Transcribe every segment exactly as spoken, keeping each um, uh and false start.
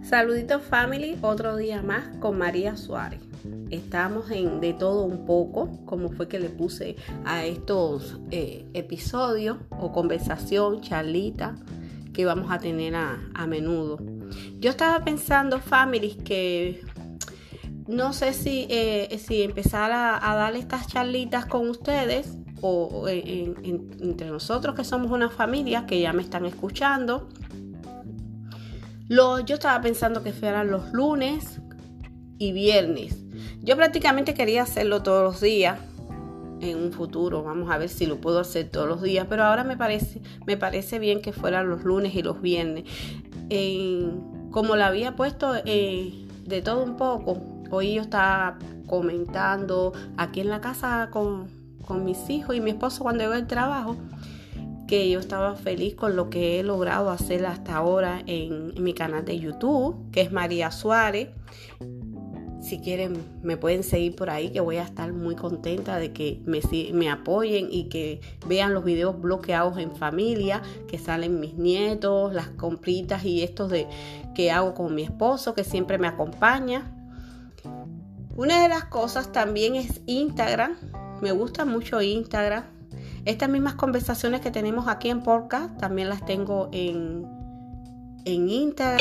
Saluditos family, otro día más con María Suárez. Estamos en de todo un poco, como fue que le puse a estos eh, episodios o conversación, charlita que vamos a tener a, a menudo. Yo estaba pensando, families, que no sé si, eh, si empezar a, a dar estas charlitas con ustedes o en, en, entre nosotros que somos una familia que ya me están escuchando. Lo, yo estaba pensando que fueran los lunes y viernes. Yo prácticamente quería hacerlo todos los días. En un futuro vamos a ver si lo puedo hacer todos los días, pero ahora me parece, me parece bien que fueran los lunes y los viernes. Eh, como la había puesto eh, de todo un poco, hoy yo estaba comentando aquí en la casa con, con mis hijos y mi esposo cuando llegó del trabajo, que yo estaba feliz con lo que he logrado hacer hasta ahora en, en mi canal de YouTube, que es María Suárez. Si quieren me pueden seguir por ahí, que voy a estar muy contenta de que me, me apoyen y que vean los videos bloqueados en familia, que salen mis nietos, las compritas y estos de que hago con mi esposo, que siempre me acompaña. Una de las cosas también es Instagram. Me gusta mucho Instagram. Estas mismas conversaciones que tenemos aquí en podcast también las tengo en, en Instagram.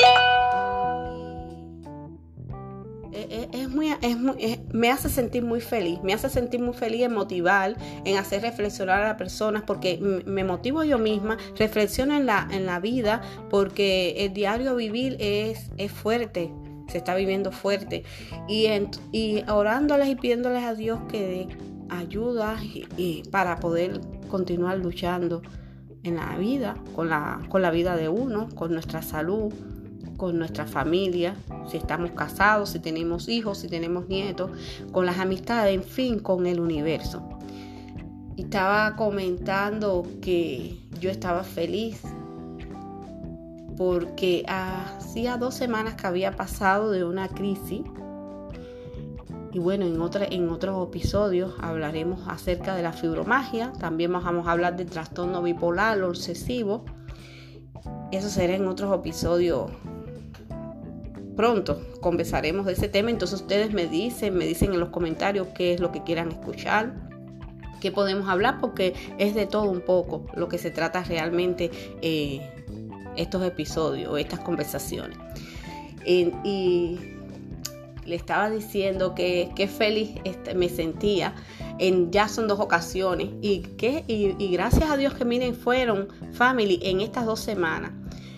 Es, es muy, es muy, es, me hace sentir muy feliz, me hace sentir muy feliz en motivar, en hacer reflexionar a las personas, porque me motivo yo misma, reflexiono en la, en la vida, porque el diario vivir es, es fuerte, se está viviendo fuerte, y, en, y orándoles y pidiéndoles a Dios que dé ayuda y, y para poder continuar luchando en la vida, con la, con la vida de uno, con nuestra salud, con nuestra familia, si estamos casados, si tenemos hijos, si tenemos nietos, con las amistades, en fin, con el universo. Y estaba comentando que yo estaba feliz porque hacía dos semanas que había pasado de una crisis. Y bueno, en, otra, en otros episodios hablaremos acerca de la fibromialgia. También vamos a hablar del trastorno bipolar o obsesivo. Eso será en otros episodios. Pronto conversaremos de ese tema. Entonces ustedes me dicen, me dicen en los comentarios qué es lo que quieran escuchar, qué podemos hablar, porque es de todo un poco lo que se trata realmente eh, estos episodios, estas conversaciones. Eh, y le estaba diciendo que, que feliz me sentía, en, ya son dos ocasiones, y, que, y, y gracias a Dios que miren, fueron family en estas dos semanas.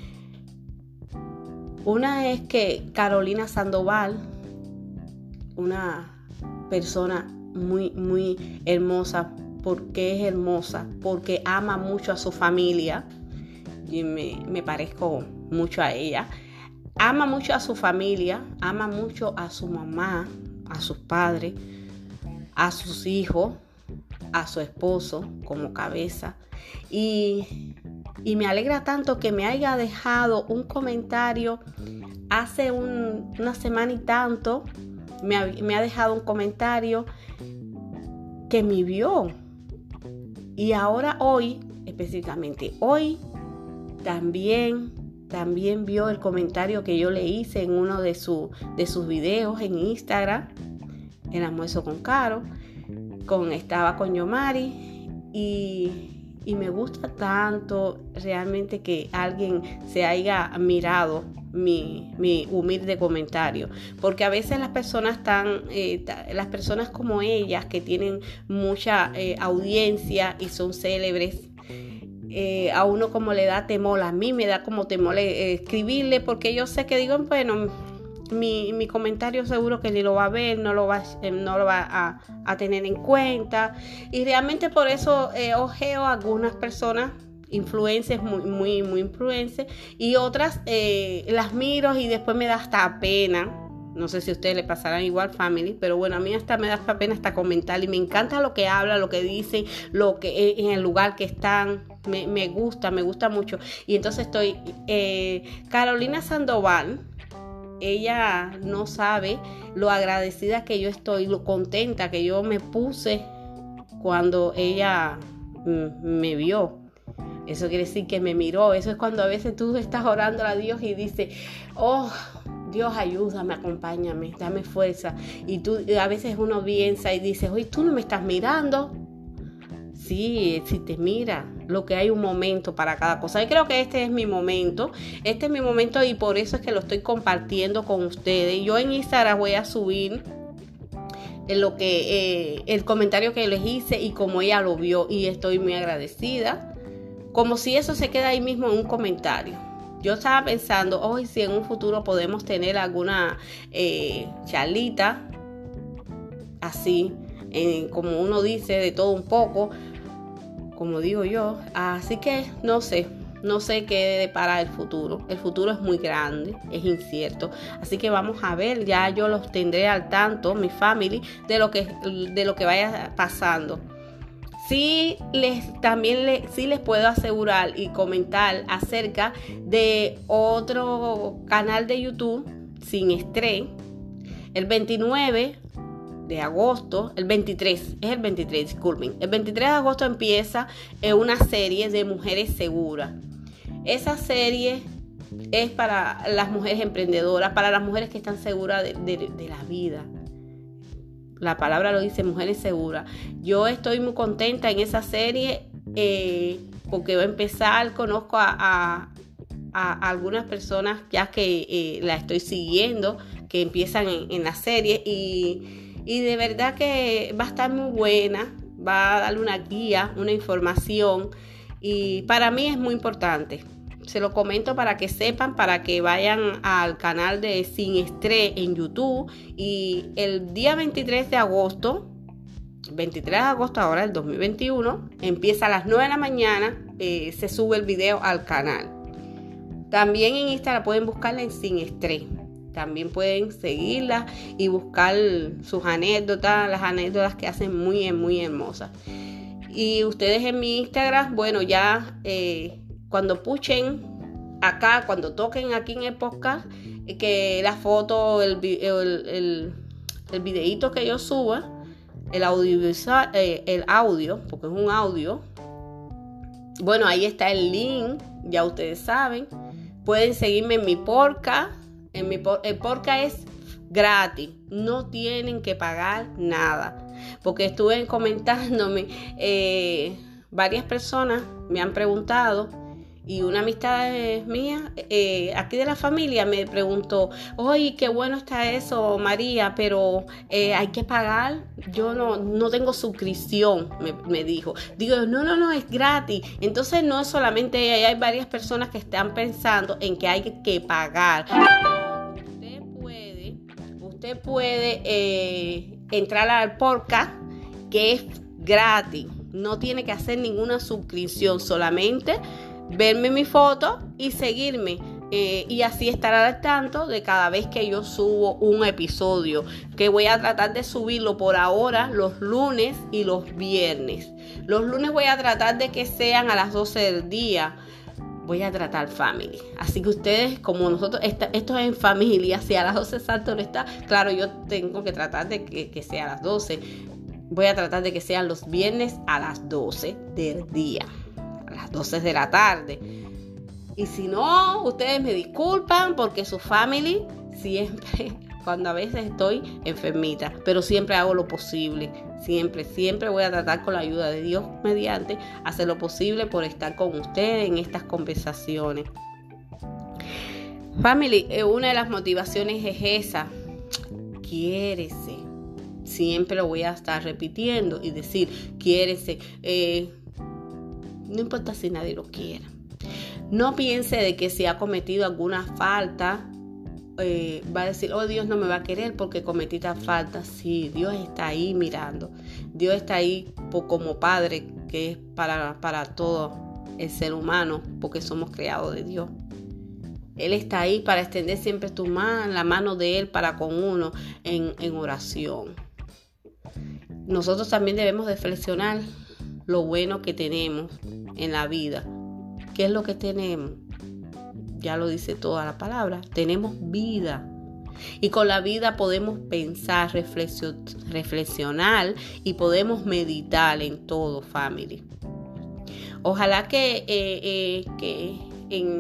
Una es que Carolina Sandoval, una persona muy, muy hermosa, porque es hermosa, porque ama mucho a su familia, y me, me parezco mucho a ella. Ama mucho a su familia, ama mucho a su mamá, a sus padres, a sus hijos, a su esposo como cabeza. Y, y me alegra tanto que me haya dejado un comentario hace un, una semana y tanto. Me ha, me ha dejado un comentario que me vio. Y ahora hoy, específicamente hoy, también... También vio el comentario que yo le hice en uno de, su, de sus videos en Instagram, el almuerzo con Caro, con, estaba con Yomari, y, y me gusta tanto realmente que alguien se haya mirado mi, mi humilde comentario, porque a veces las personas tan, eh, las personas como ellas que tienen mucha eh, audiencia y son célebres, Eh, a uno como le da temor, a mí me da como temor eh, escribirle, porque yo sé que digo, bueno, mi, mi comentario seguro que ni lo va a ver, no lo va, eh, no lo va a, a tener en cuenta, y realmente por eso eh, ojeo a algunas personas, influencers, muy, muy, muy influencers, y otras eh, las miro y después me da hasta pena. No sé si a ustedes le pasarán igual, family, pero bueno, a mí hasta me da pena hasta comentar, y me encanta lo que hablan, lo que dicen, lo que en el lugar que están, me, me gusta, me gusta mucho. Y entonces estoy, eh, Carolina Sandoval, ella no sabe lo agradecida que yo estoy, lo contenta que yo me puse cuando ella mm, me vio. Eso quiere decir que me miró. Eso es cuando a veces tú estás orando a Dios y dices, oh, Dios, ayúdame, acompáñame, dame fuerza. Y tú, a veces uno piensa y dice, oye, tú no me estás mirando. Sí, sí te mira, lo que hay un momento para cada cosa. Yo creo que este es mi momento, este es mi momento y por eso es que lo estoy compartiendo con ustedes. Yo en Instagram voy a subir lo que, eh, el comentario que les hice y como ella lo vio y estoy muy agradecida. Como si eso se queda ahí mismo en un comentario. Yo estaba pensando, hoy si en un futuro podemos tener alguna eh, charlita así, eh, como uno dice, de todo un poco, como digo yo. Así que no sé, no sé qué depara el futuro. El futuro es muy grande, es incierto. Así que vamos a ver, ya yo los tendré al tanto, mi family, de lo que, de lo que vaya pasando. Sí les, también les, sí les puedo asegurar y comentar acerca de otro canal de YouTube, Sin Estrés, el veintinueve de agosto, el veintitrés, es el veintitrés, disculpen, el veintitrés de agosto empieza una serie de mujeres seguras. Esa serie es para las mujeres emprendedoras, para las mujeres que están seguras de, de, de la vida. La palabra lo dice, mujeres seguras. Yo estoy muy contenta en esa serie eh, porque va a empezar. Conozco a, a, a algunas personas ya que eh, la estoy siguiendo, que empiezan en, en la serie y, y de verdad que va a estar muy buena. Va a darle una guía, una información y para mí es muy importante. Se lo comento para que sepan, para que vayan al canal de Sin Estrés en YouTube. Y el día veintitrés de agosto, veintitrés de agosto ahora, el dos mil veintiuno, empieza a las nueve de la mañana, eh, se sube el video al canal. También en Instagram pueden buscarla en Sin Estrés. También pueden seguirla y buscar sus anécdotas, las anécdotas que hacen muy, muy hermosas. Y ustedes en mi Instagram, bueno, ya... Eh, cuando puchen acá, cuando toquen aquí en el podcast, que la foto, el, el, el, el videíto que yo suba, el audiovisual, eh, el audio, porque es un audio, bueno, ahí está el link, ya ustedes saben. Pueden seguirme en mi podcast, en mi, el podcast es gratis, no tienen que pagar nada, porque estuve comentándome, eh, varias personas me han preguntado. Y una amistad mía, eh, aquí de la familia, me preguntó, oye, qué bueno está eso, María, pero eh, hay que pagar. Yo no, no tengo suscripción, me, me dijo. Digo, no, no, no, es gratis. Entonces no es solamente ella, hay varias personas que están pensando en que hay que pagar. Usted puede, usted puede eh, entrar al podcast, que es gratis. No tiene que hacer ninguna suscripción, solamente verme mi foto y seguirme eh, y así estar al tanto de cada vez que yo subo un episodio, que voy a tratar de subirlo por ahora los lunes y los viernes. Los lunes voy a tratar de que sean a las doce del día. Voy a tratar family, así que ustedes, como nosotros, esta, esto es en familia. Si a las doce exacto no está, claro, yo tengo que tratar de que, que sea a las doce. Voy a tratar de que sean los viernes a las doce del día, a las doce de la tarde. Y si no, ustedes me disculpan, porque su family siempre, cuando a veces estoy enfermita, pero siempre hago lo posible. Siempre, siempre voy a tratar, con la ayuda de Dios mediante, hacer lo posible por estar con ustedes en estas conversaciones. Family, una de las motivaciones es esa. Quiérese. Siempre lo voy a estar repitiendo y decir, quiérese. Eh, no importa si nadie lo quiera. No piense de que si ha cometido alguna falta, eh, va a decir, oh, Dios no me va a querer porque cometí tal falta. Sí, Dios está ahí mirando. Dios está ahí por, como Padre, que es para, para todo el ser humano, porque somos creados de Dios. Él está ahí para extender siempre tu mano, la mano de Él para con uno en, en oración. Nosotros también debemos reflexionar lo bueno que tenemos en la vida. ¿Qué es lo que tenemos? Ya lo dice toda la palabra. Tenemos vida. Y con la vida podemos pensar, reflexionar y podemos meditar en todo, family. Ojalá que, eh, eh, que en,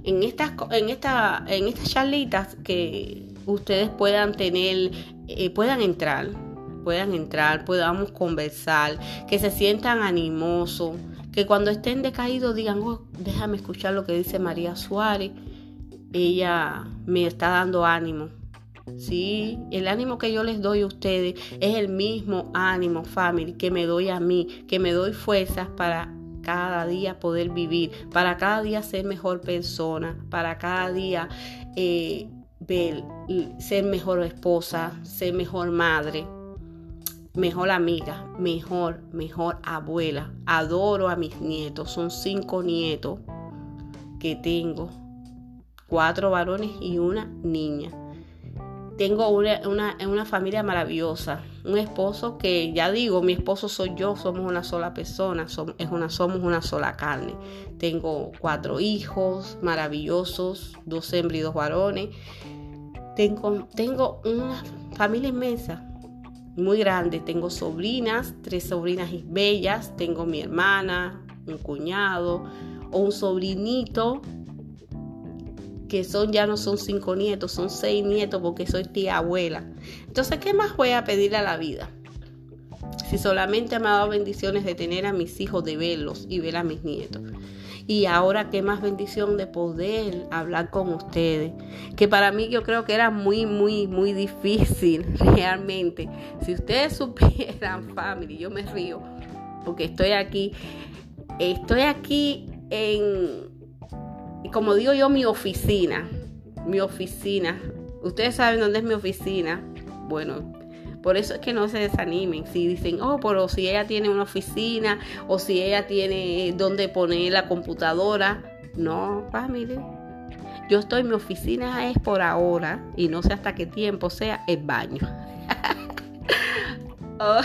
en estas, en esta, en estas charlitas que ustedes puedan tener, eh, puedan entrar, puedan entrar, podamos conversar, que se sientan animosos, que cuando estén decaídos digan, oh, déjame escuchar lo que dice María Suárez, ella me está dando ánimo. Sí, el ánimo que yo les doy a ustedes es el mismo ánimo, family, que me doy a mí, que me doy fuerzas para cada día poder vivir, para cada día ser mejor persona, para cada día eh, ver, ser mejor esposa, ser mejor madre, mejor amiga, mejor, mejor abuela. Adoro a mis nietos, son cinco nietos que tengo, cuatro varones y una niña. Tengo una, una, una familia maravillosa, un esposo que, ya digo, mi esposo soy yo, somos una sola persona, somos, es una, somos una sola carne. Tengo cuatro hijos maravillosos, dos hembras y dos varones. Tengo, tengo una familia inmensa, muy grande. Tengo sobrinas, tres sobrinas bellas, tengo mi hermana, un cuñado o un sobrinito, que son, ya no son cinco nietos, son seis nietos porque soy tía abuela. Entonces, ¿qué más voy a pedirle a la vida? Si solamente me ha dado bendiciones de tener a mis hijos, de verlos y ver a mis nietos. Y ahora, qué más bendición de poder hablar con ustedes. Que para mí yo creo que era muy, muy, muy difícil realmente. Si ustedes supieran, family, yo me río porque estoy aquí. Estoy aquí en... como digo yo, mi oficina, mi oficina. Ustedes saben dónde es mi oficina. Bueno, por eso es que no se desanimen. Si dicen, oh, pero si ella tiene una oficina o si ella tiene dónde poner la computadora. No, familia. Yo estoy, mi oficina es por ahora y no sé hasta qué tiempo sea el baño. Oh,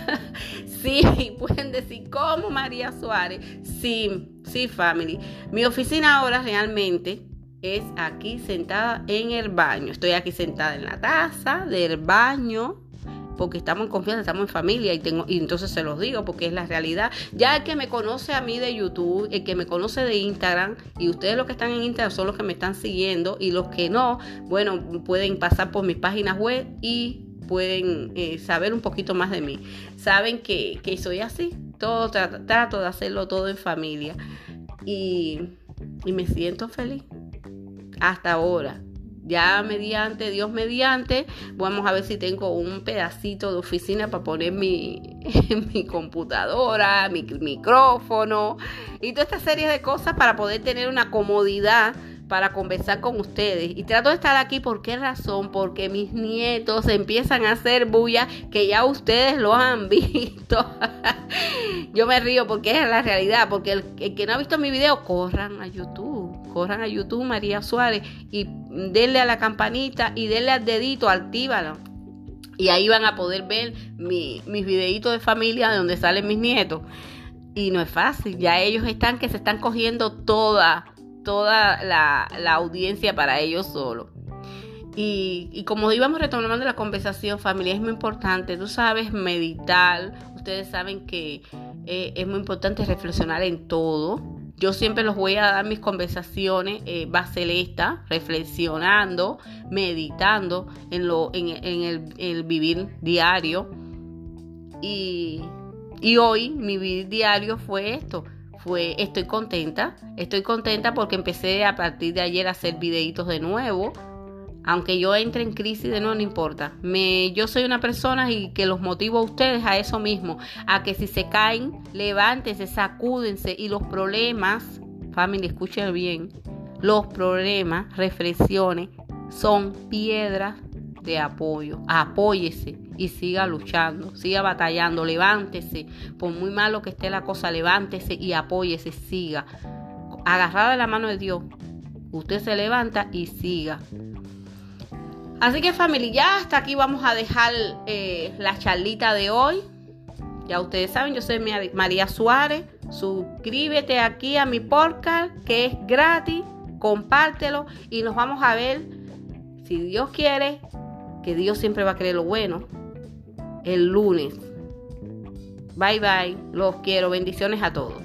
sí, pueden decir, ¿cómo, María Suárez? Sí, sí, family. Mi oficina ahora realmente es aquí sentada en el baño. Estoy aquí sentada en la taza del baño porque estamos en confianza, estamos en familia y tengo, y entonces se los digo porque es la realidad. Ya el que me conoce a mí de YouTube, el que me conoce de Instagram, y ustedes los que están en Instagram son los que me están siguiendo, y los que no, bueno, pueden pasar por mis páginas web y pueden eh, saber un poquito más de mí. Saben que, que soy así, todo trato, trato de hacerlo todo en familia y, y me siento feliz hasta ahora. Ya mediante, Dios mediante, vamos a ver si tengo un pedacito de oficina para poner mi, mi computadora, mi micrófono y toda esta serie de cosas para poder tener una comodidad para conversar con ustedes. Y trato de estar aquí, ¿por qué razón? Porque mis nietos empiezan a hacer bulla, que ya ustedes lo han visto. Yo me río porque es la realidad, porque el, el que no ha visto mi video, corran a YouTube, corran a YouTube, María Suárez, y denle a la campanita y denle al dedito, actívalo. Y ahí van a poder ver mi, mis videitos de familia de donde salen mis nietos. Y no es fácil, ya ellos están que se están cogiendo toda toda la, la audiencia para ellos solos. Y, y como íbamos retomando la conversación, familia, es muy importante, tú sabes, meditar. Ustedes saben que eh, es muy importante reflexionar en todo. Yo siempre los voy a dar mis conversaciones, eh, va a ser esta, reflexionando, meditando en, lo, en, en el, el vivir diario. Y, y hoy mi vivir diario fue esto. Fue, estoy contenta, estoy contenta porque empecé a partir de ayer a hacer videitos de nuevo, aunque yo entre en crisis de nuevo, no importa, me, yo soy una persona y que los motivo a ustedes a eso mismo, a que si se caen, levántense, sacúdense y los problemas, familia, escuchen bien, los problemas, reflexiones, son piedras de apoyo, apóyese y siga luchando, siga batallando, levántese, por muy malo que esté la cosa, levántese y apóyese, siga, agarrada de la mano de Dios, usted se levanta y siga. Así que familia, ya hasta aquí vamos a dejar eh, la charlita de hoy. Ya ustedes saben, yo soy María Suárez, suscríbete aquí a mi podcast que es gratis, compártelo y nos vamos a ver, si Dios quiere, que Dios siempre va a querer lo bueno, el lunes. Bye bye, los quiero, bendiciones a todos.